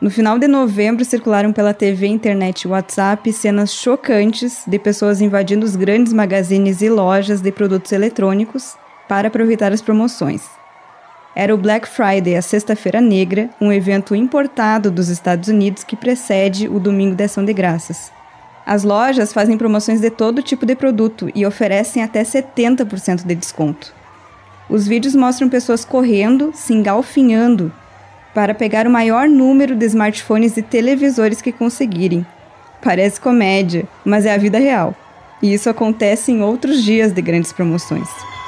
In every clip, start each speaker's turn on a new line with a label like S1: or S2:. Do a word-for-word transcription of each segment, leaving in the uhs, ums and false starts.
S1: No final de novembro, circularam pela T V, internet e WhatsApp cenas chocantes de pessoas invadindo os grandes magazines e lojas de produtos eletrônicos para aproveitar as promoções. Era o Black Friday, a Sexta-feira Negra, um evento importado dos Estados Unidos que precede o Domingo de Ação de Graças. As lojas fazem promoções de todo tipo de produto e oferecem até setenta por cento de desconto. Os vídeos mostram pessoas correndo, se engalfinhando, para pegar o maior número de smartphones e televisores que conseguirem. Parece comédia, mas é a vida real. E isso acontece em outros dias de grandes promoções.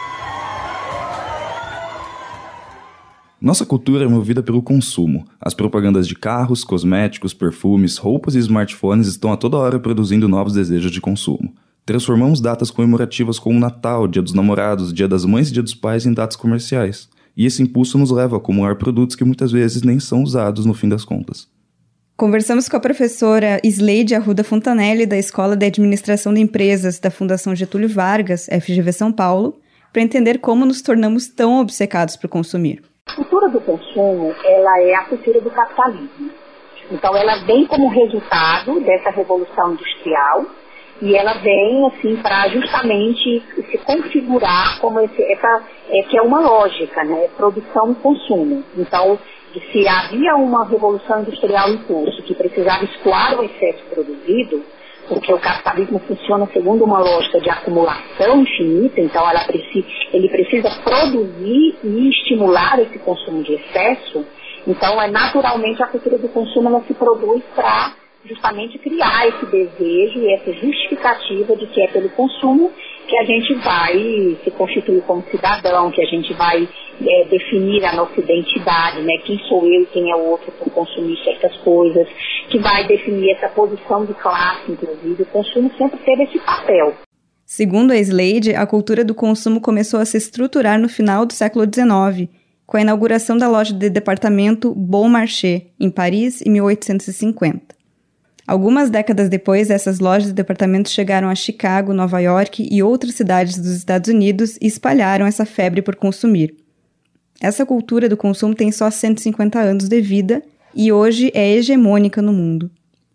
S2: Nossa cultura é movida pelo consumo. As propagandas de carros, cosméticos, perfumes, roupas e smartphones estão a toda hora produzindo novos desejos de consumo. Transformamos datas comemorativas como Natal, Dia dos Namorados, Dia das Mães e Dia dos Pais em datas comerciais. E esse impulso nos leva a acumular produtos que muitas vezes nem são usados no fim das contas.
S1: Conversamos com a professora Isleide Arruda Fontanelli, da Escola de Administração de Empresas da Fundação Getúlio Vargas, F G V São Paulo, para entender como nos tornamos tão obcecados por consumir.
S3: A cultura do consumo, ela é a cultura do capitalismo. Então, ela vem como resultado dessa revolução industrial, e ela vem, assim, para justamente se configurar como esse, essa, é, que é uma lógica, né? Produção e consumo. Então, se havia uma revolução industrial em curso que precisava escoar o excesso produzido, porque o capitalismo funciona segundo uma lógica de acumulação infinita, então ela precisa, ele precisa produzir e estimular esse consumo de excesso, então é naturalmente a cultura do consumo ela se produz para justamente criar esse desejo e essa justificativa de que é pelo consumo que a gente vai se constituir como cidadão, que a gente vai é, definir a nossa identidade, né? Quem sou eu e quem é o outro por consumir certas coisas, que vai definir essa posição de classe, inclusive. O consumo sempre teve esse papel.
S1: Segundo a Isleide, a cultura do consumo começou a se estruturar no final do século dezenove, com a inauguração da loja de departamento Bon Marché, em Paris, em mil oitocentos e cinquenta. Algumas décadas depois, essas lojas de departamentos chegaram a Chicago, Nova York e outras cidades dos Estados Unidos e espalharam essa febre por consumir. Essa cultura do consumo tem só cento e cinquenta anos de vida e hoje é hegemônica no mundo.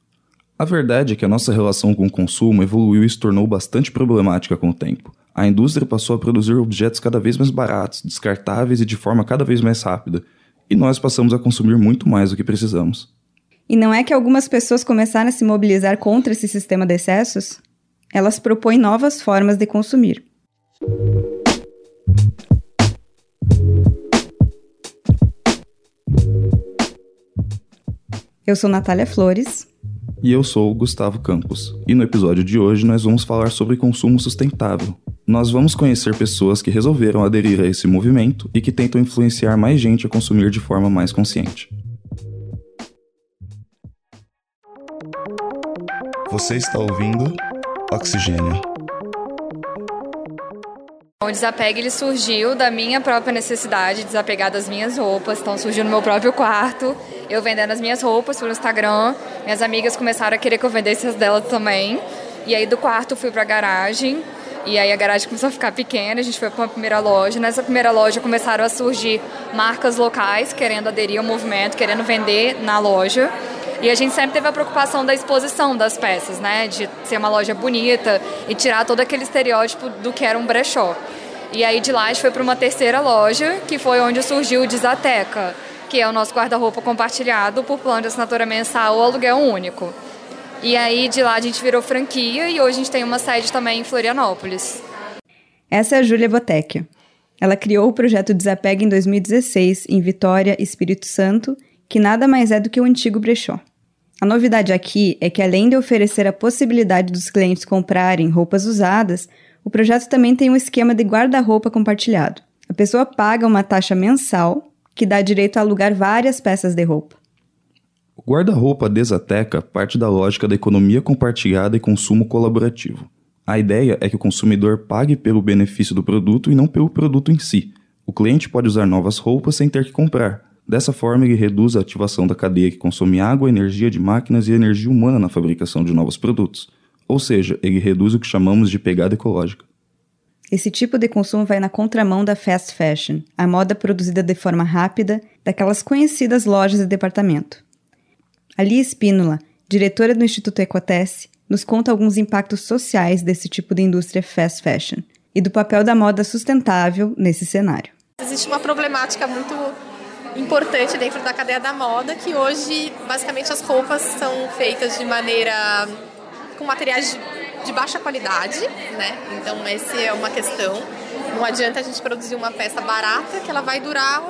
S2: A verdade é que a nossa relação com o consumo evoluiu e se tornou bastante problemática com o tempo. A indústria passou a produzir objetos cada vez mais baratos, descartáveis e de forma cada vez mais rápida, e nós passamos a consumir muito mais do que precisamos.
S1: E não é que algumas pessoas começaram a se mobilizar contra esse sistema de excessos? Elas propõem novas formas de consumir. Eu sou Natália Flores.
S2: E eu sou o Gustavo Campos. E no episódio de hoje nós vamos falar sobre consumo sustentável. Nós vamos conhecer pessoas que resolveram aderir a esse movimento e que tentam influenciar mais gente a consumir de forma mais consciente. Você está ouvindo Oxigênio.
S4: O Desapeg ele surgiu da minha própria necessidade de desapegar das minhas roupas, então surgiu no meu próprio quarto, eu vendendo as minhas roupas pelo Instagram, minhas amigas começaram a querer que eu vendesse as delas também, e aí do quarto fui pra garagem, e aí a garagem começou a ficar pequena, a gente foi para uma primeira loja, nessa primeira loja começaram a surgir marcas locais querendo aderir ao movimento, querendo vender na loja. E a gente sempre teve a preocupação da exposição das peças, né? De ser uma loja bonita e tirar todo aquele estereótipo do que era um brechó. E aí de lá a gente foi para uma terceira loja, que foi onde surgiu o Desateca, que é o nosso guarda-roupa compartilhado por plano de assinatura mensal ou aluguel único. E aí de lá a gente virou franquia e hoje a gente tem uma sede também em Florianópolis.
S1: Essa é a Júlia Botecchio. Ela criou o projeto Desapeg em dois mil e dezesseis, em Vitória, Espírito Santo, que nada mais é do que o antigo brechó. A novidade aqui é que, além de oferecer a possibilidade dos clientes comprarem roupas usadas, o projeto também tem um esquema de guarda-roupa compartilhado. A pessoa paga uma taxa mensal, que dá direito a alugar várias peças de roupa.
S2: O guarda-roupa Desateca parte da lógica da economia compartilhada e consumo colaborativo. A ideia é que o consumidor pague pelo benefício do produto e não pelo produto em si. O cliente pode usar novas roupas sem ter que comprar. Dessa forma, ele reduz a ativação da cadeia que consome água, energia de máquinas e energia humana na fabricação de novos produtos. Ou seja, ele reduz o que chamamos de pegada ecológica.
S1: Esse tipo de consumo vai na contramão da fast fashion, a moda produzida de forma rápida daquelas conhecidas lojas de departamento. A Lia Espínola, diretora do Instituto Ecotesse, nos conta alguns impactos sociais desse tipo de indústria fast fashion e do papel da moda sustentável nesse cenário.
S5: Existe uma problemática muito importante dentro da cadeia da moda, que hoje, basicamente, as roupas são feitas de maneira... com materiais de, de baixa qualidade, né? Então, essa é uma questão. Não adianta a gente produzir uma peça barata que ela vai durar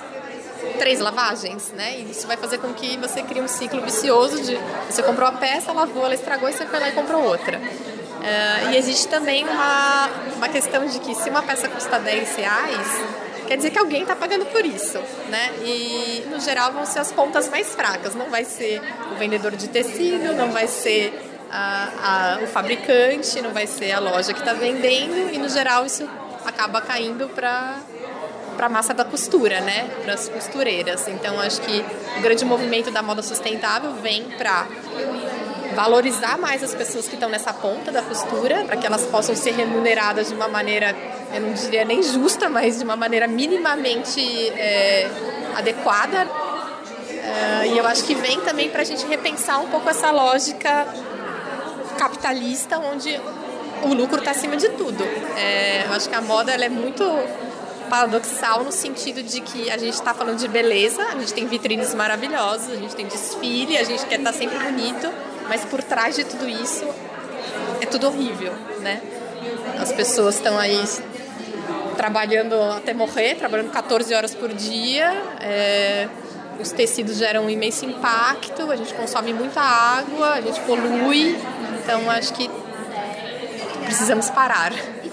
S5: três lavagens, né? E isso vai fazer com que você crie um ciclo vicioso de você comprou a peça, lavou, ela estragou e você foi lá e comprou outra. Uh, e existe também uma, uma questão de que se uma peça custa dez reais, quer dizer que alguém está pagando por isso, né? E, no geral, vão ser as pontas mais fracas. Não vai ser o vendedor de tecido, não vai ser a, a, o fabricante, não vai ser a loja que está vendendo. E, no geral, isso acaba caindo para para a massa da costura, né? Para as costureiras. Então, acho que o grande movimento da moda sustentável vem para valorizar mais as pessoas que estão nessa ponta da costura, para que elas possam ser remuneradas de uma maneira, eu não diria nem justa, mas de uma maneira minimamente é, adequada. Uh, e eu acho que vem também para a gente repensar um pouco essa lógica capitalista, onde o lucro está acima de tudo. É, eu acho que a moda ela é muito paradoxal no sentido de que a gente está falando de beleza, a gente tem vitrines maravilhosas, a gente tem desfile, a gente quer estar sempre bonito, mas por trás de tudo isso é tudo horrível, né? As pessoas estão aí trabalhando até morrer, trabalhando quatorze horas por dia, é, os tecidos geram um imenso impacto, a gente consome muita água, a gente polui, então acho que precisamos parar.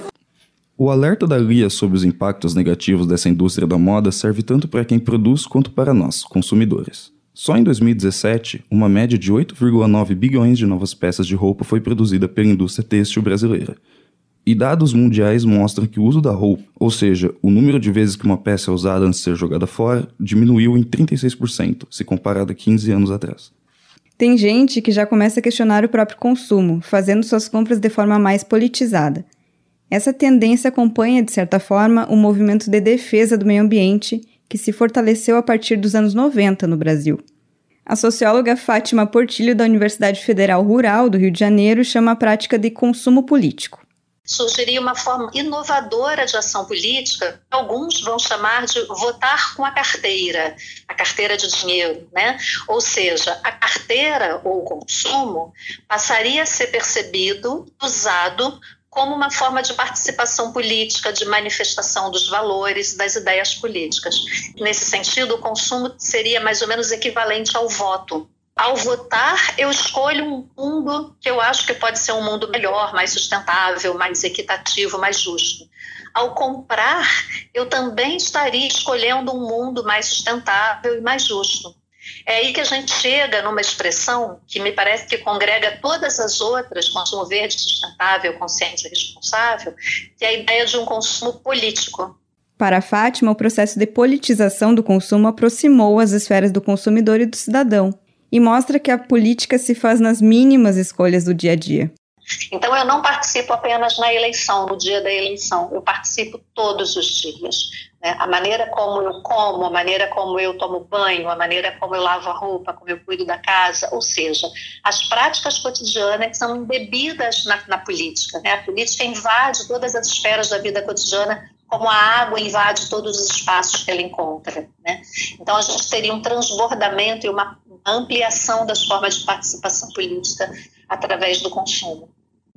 S2: O alerta da Lia sobre os impactos negativos dessa indústria da moda serve tanto para quem produz quanto para nós, consumidores. Só em dois mil e dezessete, uma média de oito vírgula nove bilhões de novas peças de roupa foi produzida pela indústria têxtil brasileira. E dados mundiais mostram que o uso da roupa, ou seja, o número de vezes que uma peça é usada antes de ser jogada fora, diminuiu em trinta e seis por cento, se comparado a quinze anos atrás.
S1: Tem gente que já começa a questionar o próprio consumo, fazendo suas compras de forma mais politizada. Essa tendência acompanha, de certa forma, o movimento de defesa do meio ambiente que se fortaleceu a partir dos anos noventa no Brasil. A socióloga Fátima Portillo, da Universidade Federal Rural do Rio de Janeiro, chama a prática de consumo político.
S6: Surgiria uma forma inovadora de ação política, alguns vão chamar de votar com a carteira, a carteira de dinheiro, né? Ou seja, a carteira ou o consumo passaria a ser percebido, usado como uma forma de participação política, de manifestação dos valores, das ideias políticas. Nesse sentido, o consumo seria mais ou menos equivalente ao voto. Ao votar, eu escolho um mundo que eu acho que pode ser um mundo melhor, mais sustentável, mais equitativo, mais justo. Ao comprar, eu também estaria escolhendo um mundo mais sustentável e mais justo. É aí que a gente chega numa expressão que me parece que congrega todas as outras, consumo verde, sustentável, consciente e responsável, que é a ideia de um consumo político.
S1: Para a Fátima, o processo de politização do consumo aproximou as esferas do consumidor e do cidadão, e mostra que a política se faz nas mínimas escolhas do dia a dia.
S6: Então, eu não participo apenas na eleição, no dia da eleição, eu participo todos os dias. Né? A maneira como eu como, a maneira como eu tomo banho, a maneira como eu lavo a roupa, como eu cuido da casa, ou seja, as práticas cotidianas são embebidas na, na política. Né? A política invade todas as esferas da vida cotidiana, como a água invade todos os espaços que ela encontra. Né? Então, a gente teria um transbordamento e uma ampliação das formas de participação política através do consumo.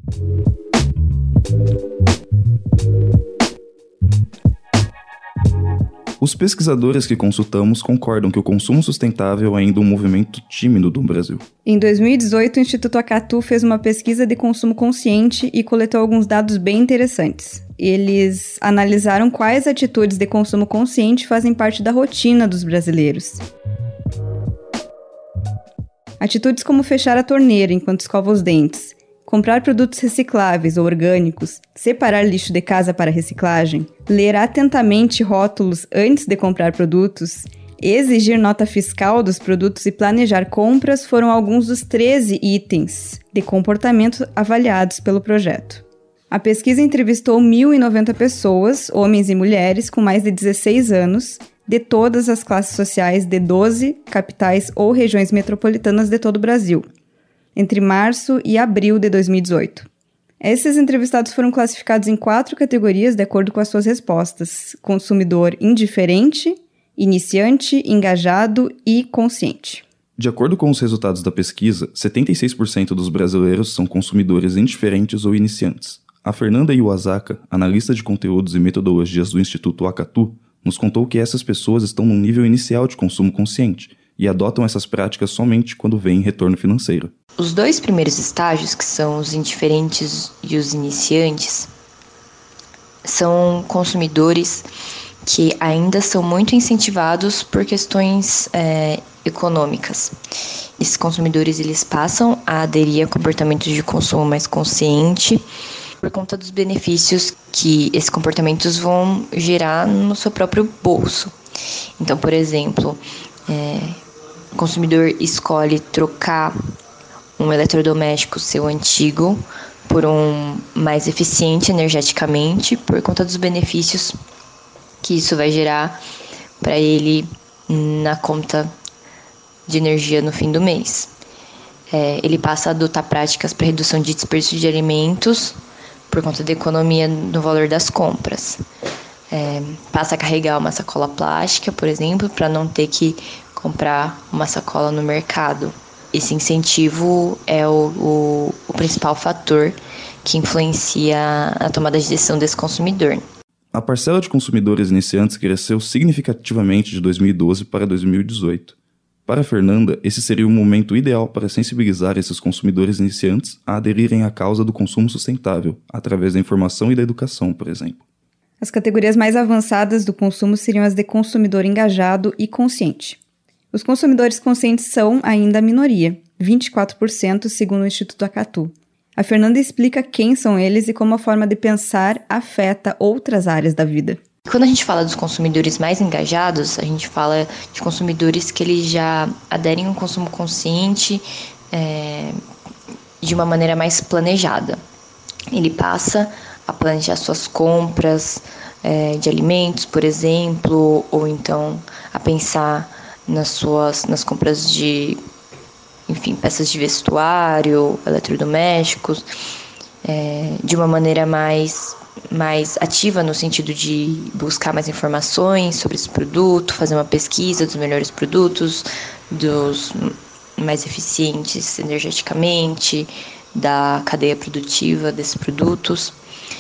S2: Os pesquisadores que consultamos concordam que o consumo sustentável é ainda um movimento tímido no Brasil.
S1: Em dois mil e dezoito, o Instituto Acatu fez uma pesquisa de consumo consciente e coletou alguns dados bem interessantes. Eles analisaram quais atitudes de consumo consciente fazem parte da rotina dos brasileiros. Atitudes como fechar a torneira enquanto escova os dentes, comprar produtos recicláveis ou orgânicos, separar lixo de casa para reciclagem, ler atentamente rótulos antes de comprar produtos, exigir nota fiscal dos produtos e planejar compras foram alguns dos treze itens de comportamento avaliados pelo projeto. A pesquisa entrevistou mil e noventa pessoas, homens e mulheres, com mais de dezesseis anos, de todas as classes sociais de doze capitais ou regiões metropolitanas de todo o Brasil, entre março e abril de dois mil e dezoito. Esses entrevistados foram classificados em quatro categorias de acordo com as suas respostas: consumidor indiferente, iniciante, engajado e consciente.
S2: De acordo com os resultados da pesquisa, setenta e seis por cento dos brasileiros são consumidores indiferentes ou iniciantes. A Fernanda Iwasaka, analista de conteúdos e metodologias do Instituto Acatu, nos contou que essas pessoas estão num nível inicial de consumo consciente e adotam essas práticas somente quando veem retorno financeiro.
S7: Os dois primeiros estágios, que são os indiferentes e os iniciantes, são consumidores que ainda são muito incentivados por questões é, econômicas. Esses consumidores eles passam a aderir a comportamentos de consumo mais consciente por conta dos benefícios que esses comportamentos vão gerar no seu próprio bolso. Então, por exemplo, é, o consumidor escolhe trocar um eletrodoméstico seu antigo por um mais eficiente energeticamente por conta dos benefícios que isso vai gerar para ele na conta de energia no fim do mês. É, ele passa a adotar práticas para redução de desperdício de alimentos por conta da economia no valor das compras. É, passa a carregar uma sacola plástica, por exemplo, para não ter que comprar uma sacola no mercado. Esse incentivo é o, o, o principal fator que influencia a tomada de decisão desse consumidor.
S2: A parcela de consumidores iniciantes cresceu significativamente de dois mil e doze para dois mil e dezoito. Para a Fernanda, esse seria o momento ideal para sensibilizar esses consumidores iniciantes a aderirem à causa do consumo sustentável, através da informação e da educação, por exemplo.
S1: As categorias mais avançadas do consumo seriam as de consumidor engajado e consciente. Os consumidores conscientes são ainda a minoria, vinte e quatro por cento segundo o Instituto Acatu. A Fernanda explica quem são eles e como a forma de pensar afeta outras áreas da vida.
S7: Quando a gente fala dos consumidores mais engajados, a gente fala de consumidores que eles já aderem a um consumo consciente é, de uma maneira mais planejada. Ele passa a planejar suas compras é, de alimentos, por exemplo, ou então a pensar nas suas nas compras de, enfim, peças de vestuário, eletrodomésticos, é, de uma maneira mais, mais ativa, no sentido de buscar mais informações sobre esse produto, fazer uma pesquisa dos melhores produtos, dos mais eficientes energeticamente, da cadeia produtiva desses produtos.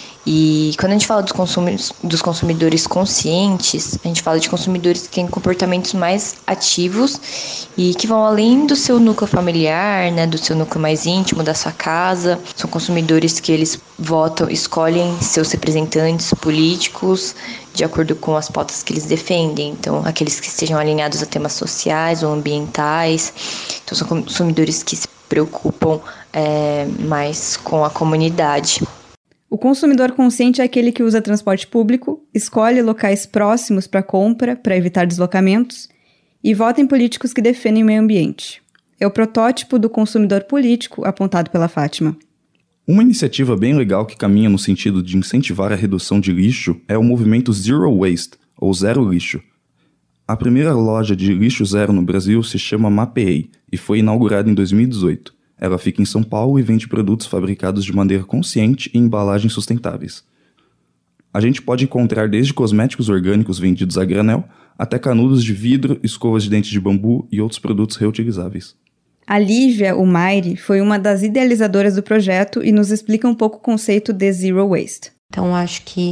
S7: E quando a gente fala dos, consumos, dos consumidores conscientes, a gente fala de consumidores que têm comportamentos mais ativos e que vão além do seu núcleo familiar, né, do seu núcleo mais íntimo, da sua casa. São consumidores que eles votam, escolhem seus representantes políticos de acordo com as pautas que eles defendem. Então, aqueles que estejam alinhados a temas sociais ou ambientais. Então, são consumidores que se preocupam é, mais com a comunidade.
S1: O consumidor consciente é aquele que usa transporte público, escolhe locais próximos para compra, para evitar deslocamentos, e vota em políticos que defendem o meio ambiente. É o protótipo do consumidor político apontado pela Fátima.
S2: Uma iniciativa bem legal que caminha no sentido de incentivar a redução de lixo é o movimento Zero Waste, ou Zero Lixo. A primeira loja de lixo zero no Brasil se chama Mapeei e foi inaugurada em dois mil e dezoito. Ela fica em São Paulo e vende produtos fabricados de maneira consciente e embalagens sustentáveis. A gente pode encontrar desde cosméticos orgânicos vendidos a granel, até canudos de vidro, escovas de dente de bambu e outros produtos reutilizáveis.
S1: A Lívia Umaire foi uma das idealizadoras do projeto e nos explica um pouco o conceito de Zero Waste.
S8: Então, acho que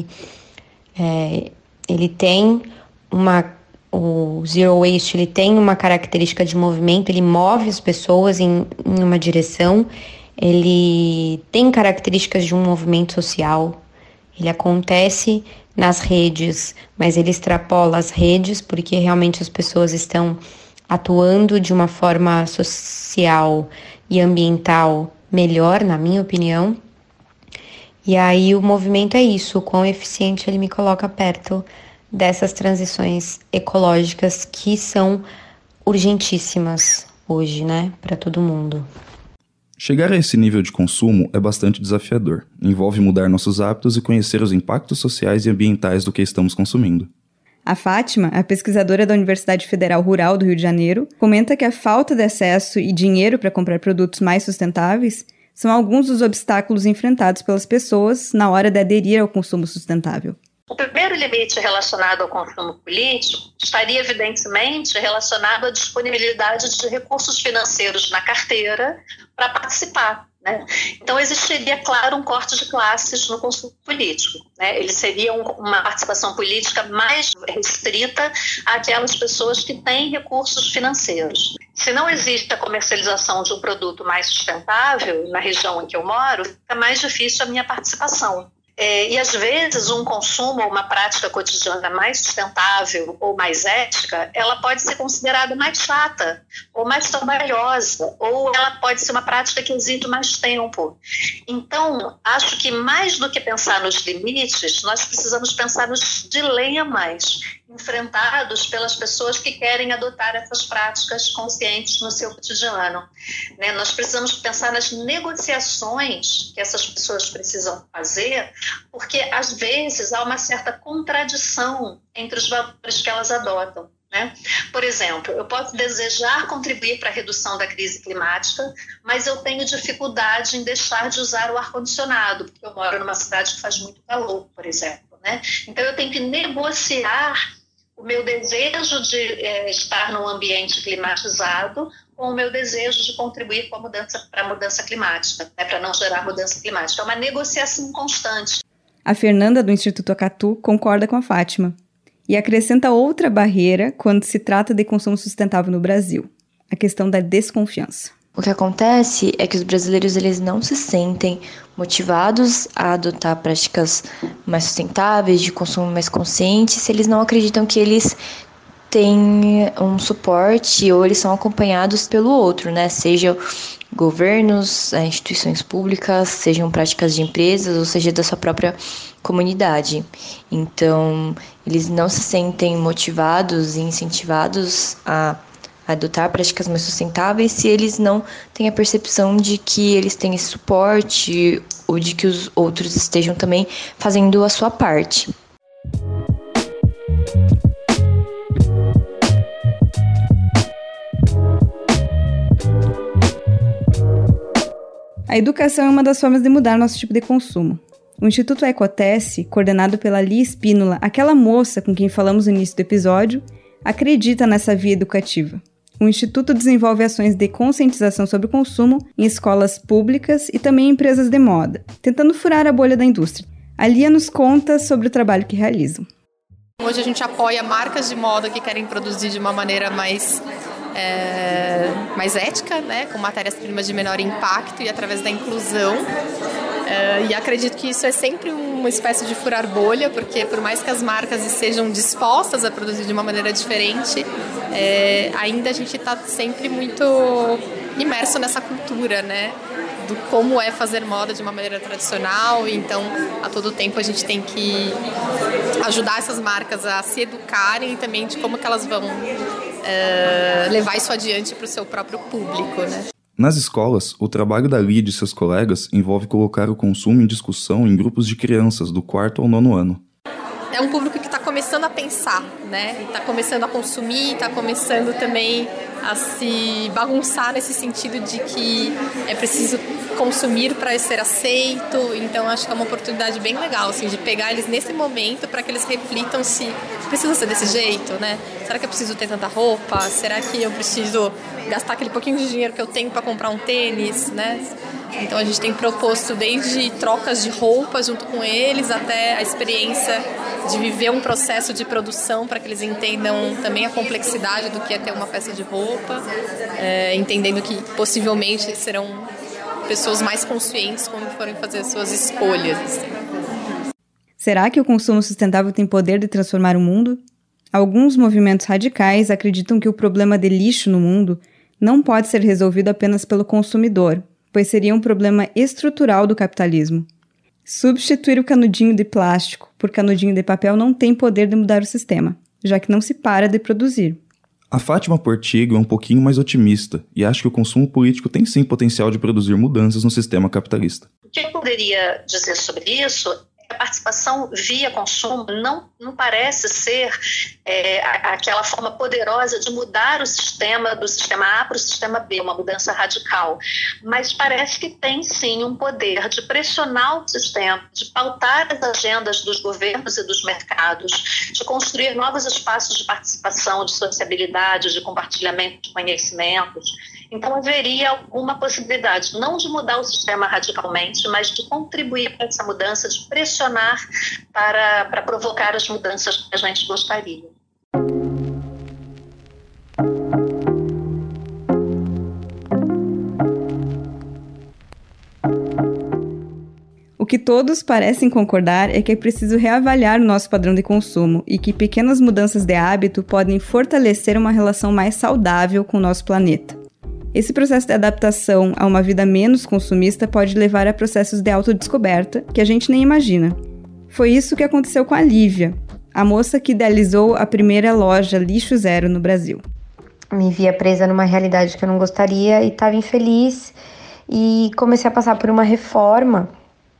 S8: é, ele tem uma... O Zero Waste ele tem uma característica de movimento, ele move as pessoas em, em uma direção, ele tem características de um movimento social, ele acontece nas redes, mas ele extrapola as redes porque realmente as pessoas estão atuando de uma forma social e ambiental melhor, na minha opinião. E aí o movimento é isso, o quão eficiente ele me coloca perto dessas transições ecológicas que são urgentíssimas hoje, né, para todo mundo.
S2: Chegar a esse nível de consumo é bastante desafiador. Envolve mudar nossos hábitos e conhecer os impactos sociais e ambientais do que estamos consumindo.
S1: A Fátima, a pesquisadora da Universidade Federal Rural do Rio de Janeiro, comenta que a falta de acesso e dinheiro para comprar produtos mais sustentáveis são alguns dos obstáculos enfrentados pelas pessoas na hora de aderir ao consumo sustentável.
S6: O primeiro limite relacionado ao consumo político estaria evidentemente relacionado à disponibilidade de recursos financeiros na carteira para participar. Né? Então, existiria, claro, um corte de classes no consumo político. Né? Ele seria um, uma participação política mais restrita àquelas pessoas que têm recursos financeiros. Se não existe a comercialização de um produto mais sustentável na região em que eu moro, fica mais difícil a minha participação. É, e, às vezes, um consumo ou uma prática cotidiana mais sustentável ou mais ética, ela pode ser considerada mais chata ou mais trabalhosa, ou ela pode ser uma prática que exige mais tempo. Então, acho que mais do que pensar nos limites, nós precisamos pensar nos dilemas enfrentados pelas pessoas que querem adotar essas práticas conscientes no seu cotidiano. Né? Nós precisamos pensar nas negociações que essas pessoas precisam fazer, porque às vezes há uma certa contradição entre os valores que elas adotam. Né? Por exemplo, eu posso desejar contribuir para a redução da crise climática, mas eu tenho dificuldade em deixar de usar o ar-condicionado, porque eu moro numa cidade que faz muito calor, por exemplo. Né? Então, eu tenho que negociar o meu desejo de é, estar num ambiente climatizado com o meu desejo de contribuir com a mudança, para a mudança climática, né? Para não gerar mudança climática. É uma negociação constante.
S1: A Fernanda, do Instituto Acatu, concorda com a Fátima e acrescenta outra barreira quando se trata de consumo sustentável no Brasil, a questão da desconfiança.
S7: O que acontece é que os brasileiros eles não se sentem motivados a adotar práticas mais sustentáveis, de consumo mais consciente, se eles não acreditam que eles têm um suporte ou eles são acompanhados pelo outro, né? Sejam governos, instituições públicas, sejam práticas de empresas, ou seja, da sua própria comunidade. Então, eles não se sentem motivados e incentivados a adotar práticas mais sustentáveis se eles não têm a percepção de que eles têm esse suporte ou de que os outros estejam também fazendo a sua parte.
S1: A educação é uma das formas de mudar nosso tipo de consumo. O Instituto Ecotesse, coordenado pela Lia Espínola, aquela moça com quem falamos no início do episódio, acredita nessa via educativa. O Instituto desenvolve ações de conscientização sobre o consumo em escolas públicas e também em empresas de moda, tentando furar a bolha da indústria. A Lia nos conta sobre o trabalho que realizam.
S5: Hoje a gente apoia marcas de moda que querem produzir de uma maneira mais, é, mais ética, né, com matérias-primas de menor impacto e através da inclusão. Uh, e acredito que isso é sempre uma espécie de furar bolha, porque por mais que as marcas estejam dispostas a produzir de uma maneira diferente, é, ainda a gente está sempre muito imerso nessa cultura, né? Do como é fazer moda de uma maneira tradicional. Então, a todo tempo a gente tem que ajudar essas marcas a se educarem e também de como que elas vão uh, levar isso adiante para o seu próprio público, né?
S2: Nas escolas, o trabalho da Lia e de seus colegas envolve colocar o consumo em discussão em grupos de crianças do quarto ao nono ano.
S5: É um público que está começando a pensar, né? Está começando a consumir, está começando também a se bagunçar nesse sentido de que é preciso consumir para ser aceito. Então, acho que é uma oportunidade bem legal, assim, de pegar eles nesse momento para que eles reflitam se precisa ser desse jeito, né? Será que eu preciso ter tanta roupa? Será que eu preciso gastar aquele pouquinho de dinheiro que eu tenho para comprar um tênis, né? Então, a gente tem proposto desde trocas de roupas junto com eles até a experiência de viver um processo de produção para que eles entendam também a complexidade do que é ter uma peça de roupa, é, entendendo que possivelmente serão pessoas mais conscientes quando forem fazer as suas escolhas. Assim.
S1: Será que o consumo sustentável tem poder de transformar o mundo? Alguns movimentos radicais acreditam que o problema de lixo no mundo não pode ser resolvido apenas pelo consumidor, pois seria um problema estrutural do capitalismo. Substituir o canudinho de plástico por canudinho de papel não tem poder de mudar o sistema, já que não se para de produzir.
S2: A Fátima Portigo é um pouquinho mais otimista e acha que o consumo político tem sim potencial de produzir mudanças no sistema capitalista.
S6: O que eu poderia dizer sobre isso a participação via consumo não, não parece ser é, aquela forma poderosa de mudar o sistema do sistema A para o sistema B, uma mudança radical, mas parece que tem sim um poder de pressionar o sistema, de pautar as agendas dos governos e dos mercados, de construir novos espaços de participação, de sociabilidade, de compartilhamento de conhecimentos. Então, haveria alguma possibilidade, não de mudar o sistema radicalmente, mas de contribuir para essa mudança, de pressionar para, para provocar as mudanças que a gente gostaria.
S1: O que todos parecem concordar é que é preciso reavaliar o nosso padrão de consumo e que pequenas mudanças de hábito podem fortalecer uma relação mais saudável com o nosso planeta. Esse processo de adaptação a uma vida menos consumista pode levar a processos de autodescoberta que a gente nem imagina. Foi isso que aconteceu com a Lívia, a moça que idealizou a primeira loja Lixo Zero no Brasil.
S8: Me via presa numa realidade que eu não gostaria e estava infeliz e comecei a passar por uma reforma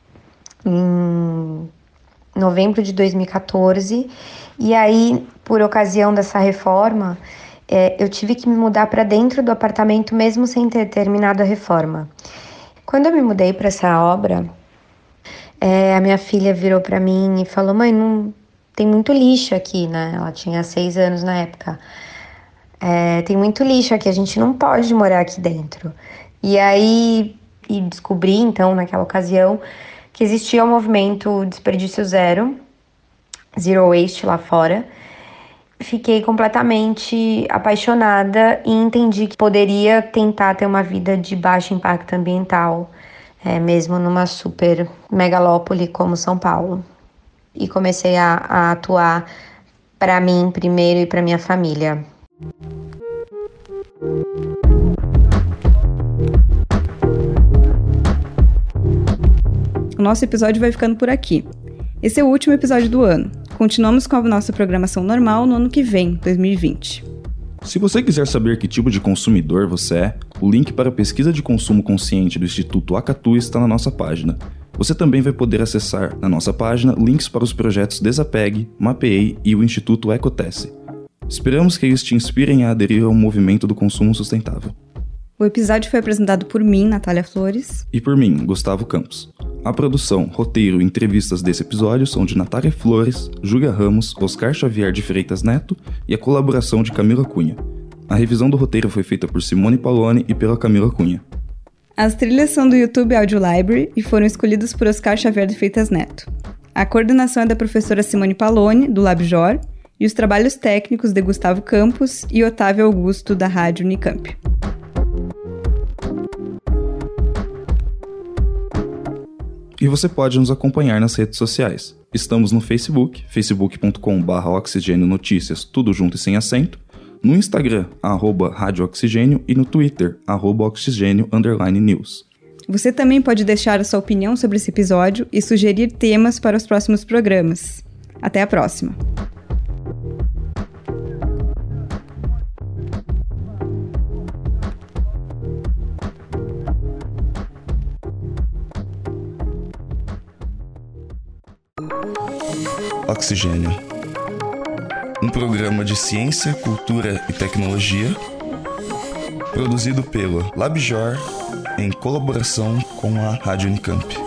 S8: em novembro de dois mil e catorze e aí, por ocasião dessa reforma, É, eu tive que me mudar para dentro do apartamento mesmo sem ter terminado a reforma. Quando eu me mudei para essa obra, é, a minha filha virou para mim e falou: mãe, não tem muito lixo aqui, né? Ela tinha seis anos na época. É, tem muito lixo aqui, a gente não pode morar aqui dentro. E aí e descobri, então, naquela ocasião, que existia o movimento Desperdício Zero, Zero Waste lá fora. Fiquei completamente apaixonada e entendi que poderia tentar ter uma vida de baixo impacto ambiental, é, mesmo numa super megalópole como São Paulo. E comecei a, a atuar para mim primeiro e para minha família.
S1: O nosso episódio vai ficando por aqui. Esse é o último episódio do ano. Continuamos com a nossa programação normal no ano que vem, dois mil e vinte.
S2: Se você quiser saber que tipo de consumidor você é, o link para a pesquisa de consumo consciente do Instituto Acatu está na nossa página. Você também vai poder acessar, na nossa página, links para os projetos Desapegue, Mapeei e o Instituto Ecotesse. Esperamos que eles te inspirem a aderir ao movimento do consumo sustentável.
S1: O episódio foi apresentado por mim, Natália Flores.
S2: E por mim, Gustavo Campos. A produção, roteiro e entrevistas desse episódio são de Natália Flores, Júlia Ramos, Oscar Xavier de Freitas Neto e a colaboração de Camila Cunha. A revisão do roteiro foi feita por Simone Paloni e pela Camila Cunha.
S1: As trilhas são do YouTube Audio Library e foram escolhidas por Oscar Xavier de Freitas Neto. A coordenação é da professora Simone Paloni, do LabJor, e os trabalhos técnicos de Gustavo Campos e Otávio Augusto, da Rádio Unicamp.
S2: E você pode nos acompanhar nas redes sociais. Estamos no Facebook, facebook ponto com barra oxigênio notícias, tudo junto e sem acento, no Instagram, arroba Rádio Oxigênio, e no Twitter, arroba oxigênio underline news.
S1: Você também pode deixar a sua opinião sobre esse episódio e sugerir temas para os próximos programas. Até a próxima!
S2: Oxigênio. Um programa de ciência, cultura e tecnologia produzido pelo LabJor em colaboração com a Rádio Unicamp.